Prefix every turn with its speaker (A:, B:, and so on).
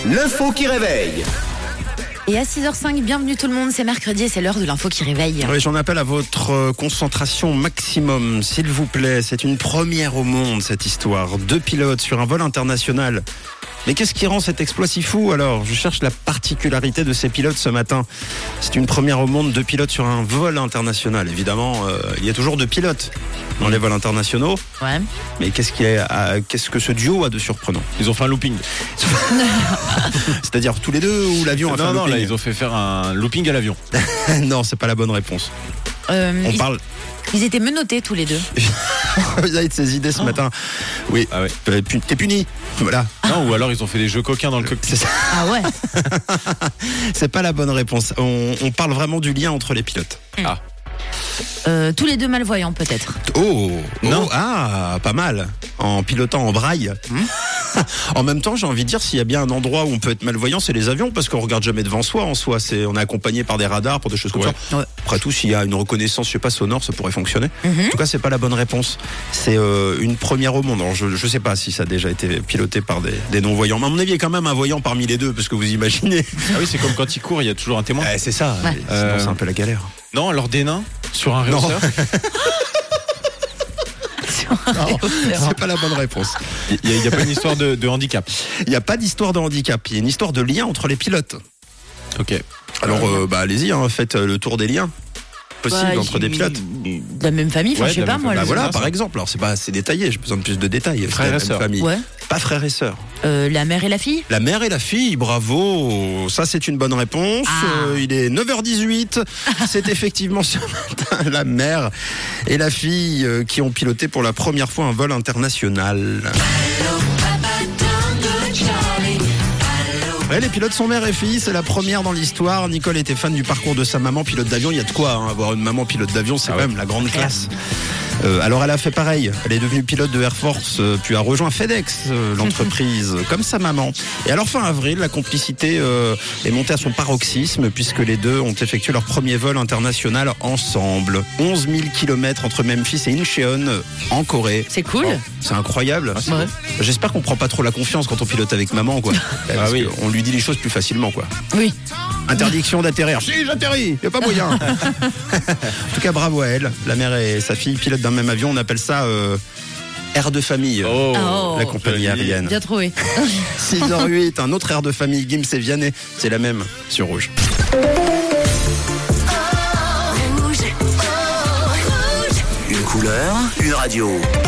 A: l'info qui réveille.
B: Et à 6h05, bienvenue tout le monde, c'est mercredi et c'est l'heure de l'info qui réveille.
C: Oui, j'en appelle à votre concentration maximum, s'il vous plaît. C'est une première au monde, cette histoire. 2 pilotes sur un vol international. Mais qu'est-ce qui rend cet exploit si fou alors ? Je cherche la particularité de ces pilotes ce matin. C'est une première au monde, 2 pilotes sur un vol international. Évidemment, il y a toujours 2 pilotes dans les vols internationaux.
B: Ouais.
C: Mais qu'est-ce que ce duo a de surprenant ?
D: Ils ont fait un looping.
C: C'est-à-dire tous les deux ou l'avion a fait un
D: Non,
C: looping ?
D: là, ils ont fait faire un looping à l'avion.
C: Non, c'est pas la bonne réponse. On parle...
B: Ils étaient menottés tous les deux.
C: Vous avez de ces idées ce matin. Oui.
D: Ah ouais.
C: T'es puni. Voilà.
D: Non, ou alors ils ont fait des jeux coquins dans le cockpit.
C: C'est ça.
B: Ah ouais.
C: C'est pas la bonne réponse. On parle vraiment du lien entre les pilotes.
D: Ah.
B: Tous les deux malvoyants peut-être.
C: Non. Ah, pas mal. En pilotant en braille. En même temps, j'ai envie de dire, s'il y a bien un endroit où on peut être malvoyant, c'est les avions, parce qu'on regarde jamais devant soi. En soi, on est accompagné par des radars, pour des choses comme ça.
B: Ouais.
C: Après tout, s'il y a une reconnaissance, je sais pas, sonore, ça pourrait fonctionner. En tout cas, c'est pas la bonne réponse. C'est une première au monde. Alors, je sais pas si ça a déjà été piloté par des non-voyants. Mais à mon avis, il y a quand même un voyant parmi les deux, parce que vous imaginez.
D: Ah oui, c'est comme quand ils courent, il y a toujours un témoin.
C: C'est ça.
B: Ouais.
C: Sinon, c'est un peu la galère.
D: Non, alors des nains sur un rehausseur.
C: Non, c'est pas la bonne réponse.
D: Il y a pas une histoire de handicap.
C: Il n'y a pas d'histoire de handicap. Il y a une histoire de lien entre les pilotes.
D: Ok.
C: Alors, allez-y, faites le tour des liens possibles entre des pilotes.
B: De la même famille,
D: Ouais,
B: je sais
D: de la
B: pas
D: même
B: moi.
D: famille.
C: Voilà,
D: ça.
C: par exemple. Alors, c'est pas assez détaillé. J'ai besoin de plus de détails.
D: Frères et
C: C'est la même
D: sœurs.
C: famille.
B: Ouais.
C: Pas frères et sœurs.
B: La mère et la fille.
C: La mère et la fille, bravo. Ça, c'est une bonne réponse. Il est 9h18. C'est effectivement ce matin la mère et la fille qui ont piloté pour la première fois un vol international. Ouais, les pilotes sont mère et fille, c'est la première dans l'histoire. Nicole était fan du parcours de sa maman pilote d'avion. Il y a de quoi avoir une maman pilote d'avion, c'est quand même la grande classe. Alors elle a fait pareil, elle est devenue pilote de Air Force, puis a rejoint FedEx, l'entreprise, comme sa maman. Et alors fin avril, la complicité est montée à son paroxysme, puisque les deux ont effectué leur premier vol international ensemble. 11 000 km entre Memphis et Incheon, en Corée.
B: C'est cool.
C: C'est incroyable.
B: Ouais.
C: J'espère qu'on prend pas trop la confiance quand on pilote avec maman, quoi. Parce
D: oui.
C: qu'on lui dit les choses plus facilement, quoi.
B: Oui.
C: Interdiction d'atterrir. Si, j'atterris, y a pas moyen. En tout cas, bravo à elle. La mère et sa fille pilotent d'un même avion. On appelle ça air de famille. La compagnie aérienne.
B: Bien trouvé.
C: 6h08, un autre air de famille, Gims et Vianney. C'est la même sur Rouge.
A: Une couleur, une radio.